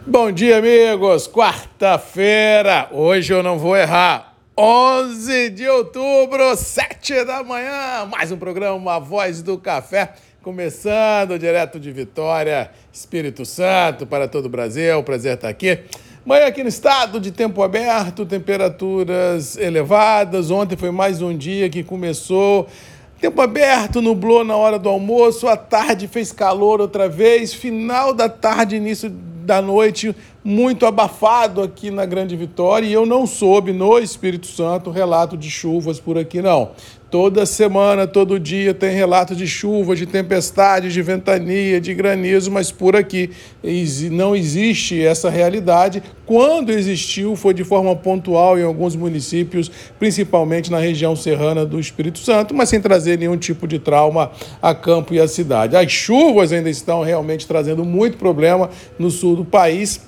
Bom dia, amigos. Quarta-feira. Hoje eu não vou errar. 11 de outubro, 7 da manhã. Mais um programa A Voz do Café. Começando direto de Vitória, Espírito Santo, para todo o Brasil. Prazer estar aqui. Manhã aqui no estado de tempo aberto, temperaturas elevadas. Ontem foi mais um dia que começou tempo aberto, nublou na hora do almoço, à tarde fez calor outra vez, final da tarde, início da noite, muito abafado aqui na Grande Vitória, e eu não soube no Espírito Santo relato de chuvas por aqui não. Toda semana, todo dia tem relato de chuva, de tempestade, de ventania, de granizo, mas por aqui não existe essa realidade. Quando existiu, foi de forma pontual em alguns municípios, principalmente na região serrana do Espírito Santo, mas sem trazer nenhum tipo de trauma a campo e à cidade. As chuvas ainda estão realmente trazendo muito problema no sul do país.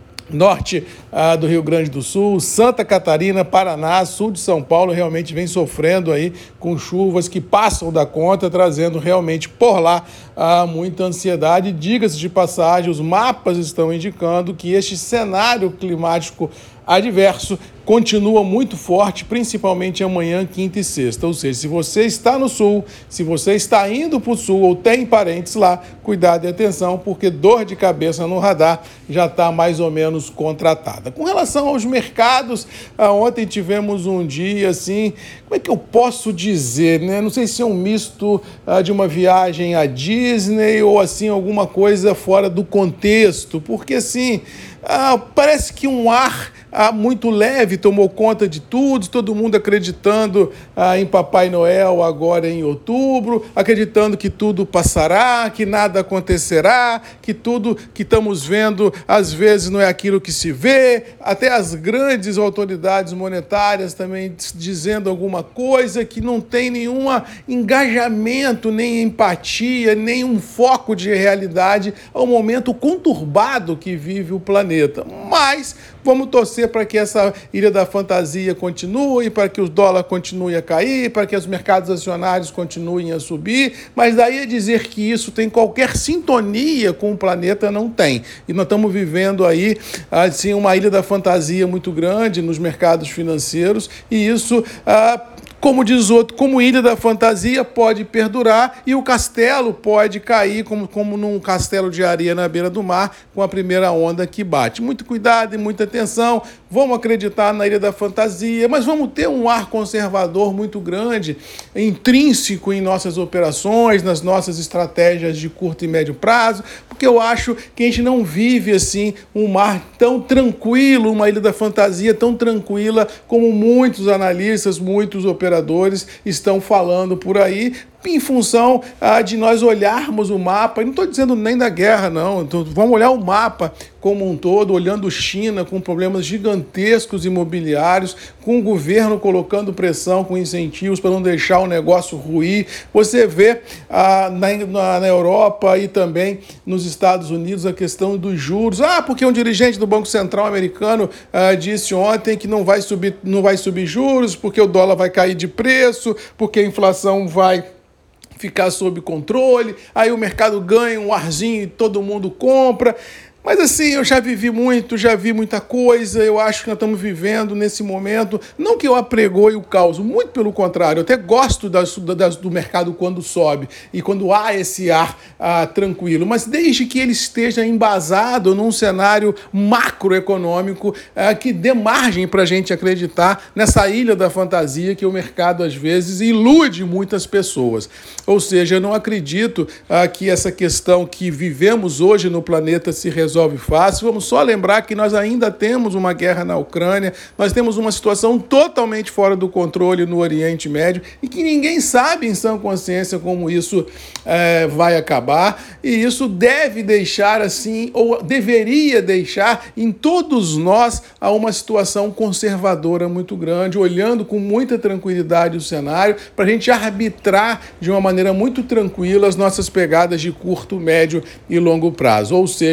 Norte do Rio Grande do Sul, Santa Catarina, Paraná, sul de São Paulo realmente vem sofrendo aí com chuvas que passam da conta, trazendo realmente por lá muita ansiedade. Diga-se de passagem, os mapas estão indicando que este cenário climático adverso continua muito forte, principalmente amanhã, quinta e sexta. Ou seja, se você está no sul, se você está indo para o sul ou tem parentes lá, cuidado e atenção, porque dor de cabeça no radar já está mais ou menos contratada. Com relação aos mercados, ontem tivemos um dia assim, como é que eu posso dizer, né? Não sei se é um misto de uma viagem à Disney ou assim alguma coisa fora do contexto, porque assim, parece que um ar muito leve tomou conta de tudo, todo mundo acreditando em Papai Noel agora em outubro, acreditando que tudo passará, que nada acontecerá, que tudo que estamos vendo às vezes não é aquilo que se vê, até as grandes autoridades monetárias também dizendo alguma coisa que não tem nenhum engajamento, nem empatia, nem um foco de realidade ao momento conturbado que vive o planeta. Mas vamos torcer para que essa ilha da fantasia continue, para que o dólar continue a cair, para que os mercados acionários continuem a subir, mas daí a dizer que isso tem qualquer sintonia com o planeta, não tem. E nós estamos vivendo aí, assim, uma ilha da fantasia muito grande nos mercados financeiros, e isso como diz o outro, como ilha da fantasia pode perdurar e o castelo pode cair como num castelo de areia na beira do mar com a primeira onda que bate. Muito cuidado e muita atenção, vamos acreditar na ilha da fantasia, mas vamos ter um ar conservador muito grande, intrínseco em nossas operações, nas nossas estratégias de curto e médio prazo, porque eu acho que a gente não vive assim um mar tão tranquilo, uma ilha da fantasia tão tranquila como muitos analistas, muitos operadores estão falando por aí, em função de nós olharmos o mapa, e não estou dizendo nem da guerra, não, vamos olhar o mapa como um todo, olhando China com problemas gigantescos imobiliários, com o governo colocando pressão com incentivos para não deixar o negócio ruir. Você vê na Europa e também nos Estados Unidos a questão dos juros. Porque um dirigente do Banco Central americano disse ontem que não vai subir juros, porque o dólar vai cair de preço, porque a inflação vai ficar sob controle, aí o mercado ganha um arzinho e todo mundo compra. Mas assim, eu já vivi muito, já vi muita coisa, eu acho que nós estamos vivendo nesse momento, não que eu apregoe o caos, muito pelo contrário, eu até gosto do mercado quando sobe e quando há esse ar tranquilo, mas desde que ele esteja embasado num cenário macroeconômico que dê margem para a gente acreditar nessa ilha da fantasia que o mercado às vezes ilude muitas pessoas. Ou seja, eu não acredito que essa questão que vivemos hoje no planeta se resolve fácil. Vamos só lembrar que nós ainda temos uma guerra na Ucrânia, nós temos uma situação totalmente fora do controle no Oriente Médio e que ninguém sabe em sã consciência como isso vai acabar, e isso deve deixar assim, ou deveria deixar em todos nós uma situação conservadora muito grande, olhando com muita tranquilidade o cenário, para a gente arbitrar de uma maneira muito tranquila as nossas pegadas de curto, médio e longo prazo. Ou seja, acho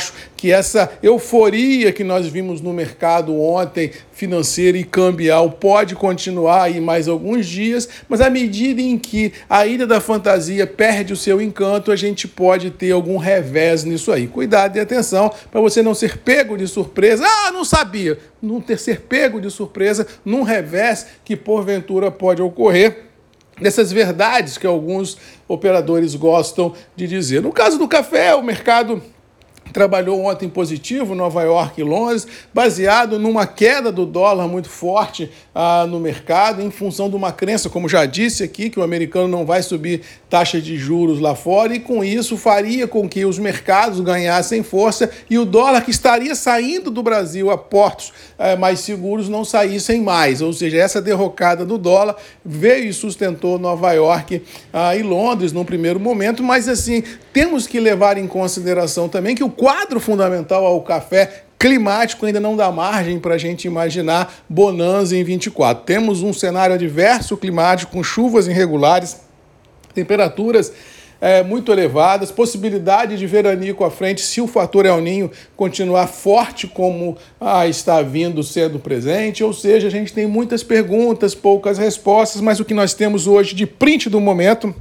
acho que essa euforia que nós vimos no mercado ontem, financeiro e cambial, pode continuar aí mais alguns dias, mas à medida em que a Ilha da Fantasia perde o seu encanto, a gente pode ter algum revés nisso aí. Cuidado e atenção para você não ser pego de surpresa. Não sabia! Não ser pego de surpresa num revés que porventura pode ocorrer, dessas verdades que alguns operadores gostam de dizer. No caso do café, o mercado trabalhou ontem positivo, Nova York e Londres, baseado numa queda do dólar muito forte no mercado, em função de uma crença, como já disse aqui, que o americano não vai subir taxa de juros lá fora, e com isso faria com que os mercados ganhassem força e o dólar, que estaria saindo do Brasil a portos mais seguros, não saíssem mais. Ou seja, essa derrocada do dólar veio e sustentou Nova York e Londres num primeiro momento, mas assim, temos que levar em consideração também que o quadro fundamental ao café climático ainda não dá margem para a gente imaginar bonança em 24. Temos um cenário adverso climático, com chuvas irregulares, temperaturas muito elevadas, possibilidade de veranico à frente se o fator El Niño continuar forte como está vindo sendo presente. Ou seja, a gente tem muitas perguntas, poucas respostas, mas o que nós temos hoje de print do momento,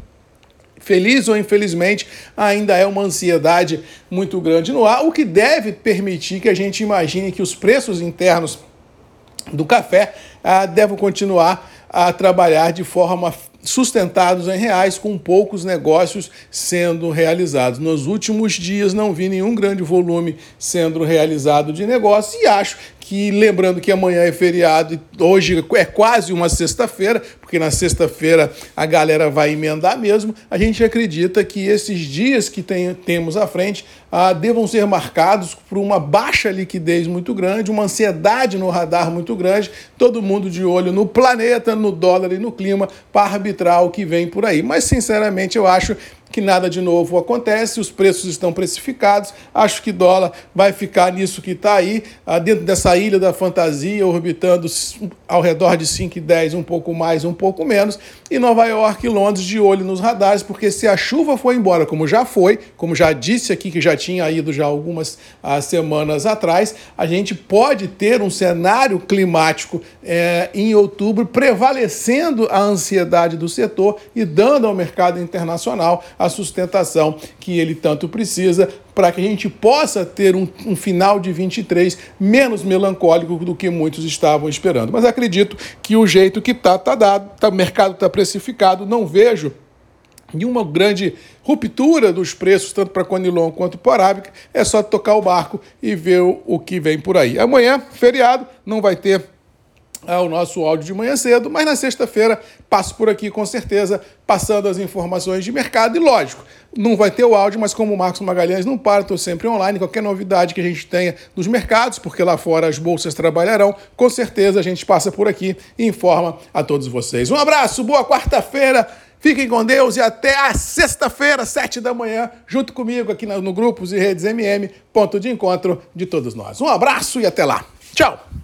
feliz ou infelizmente, ainda é uma ansiedade muito grande no ar, o que deve permitir que a gente imagine que os preços internos do café devem continuar a trabalhar de forma sustentados em reais, com poucos negócios sendo realizados. Nos últimos dias não vi nenhum grande volume sendo realizado de negócio, e acho que, lembrando que amanhã é feriado e hoje é quase uma sexta-feira, porque na sexta-feira a galera vai emendar mesmo, a gente acredita que esses dias que temos à frente devam ser marcados por uma baixa liquidez muito grande, uma ansiedade no radar muito grande, todo mundo de olho no planeta, no dólar e no clima para arbitrar o que vem por aí. Mas, sinceramente, eu acho que nada de novo acontece, os preços estão precificados, acho que dólar vai ficar nisso que está aí, dentro dessa ilha da fantasia, orbitando ao redor de 5,10, um pouco mais, um pouco menos, e Nova York e Londres de olho nos radares, porque se a chuva for embora, como já foi, como já disse aqui, que já tinha ido já algumas semanas atrás, a gente pode ter um cenário climático em outubro prevalecendo a ansiedade do setor e dando ao mercado internacional a sustentação que ele tanto precisa para que a gente possa ter um final de 23 menos melancólico do que muitos estavam esperando. Mas acredito que o jeito que está dado, o mercado está precificado, não vejo nenhuma grande ruptura dos preços, tanto para Conilon quanto para Arábica, é só tocar o barco e ver o que vem por aí. Amanhã, feriado, não vai ter o nosso áudio de manhã cedo, mas na sexta-feira passo por aqui com certeza, passando as informações de mercado. E lógico, não vai ter o áudio, mas como o Marcos Magalhães não para, estou sempre online, qualquer novidade que a gente tenha nos mercados, porque lá fora as bolsas trabalharão, com certeza a gente passa por aqui e informa a todos vocês. Um abraço, boa quarta-feira, fiquem com Deus e até a sexta-feira, 7 da manhã, junto comigo aqui no Grupos e Redes MM, ponto de encontro de todos nós. Um abraço e até lá. Tchau!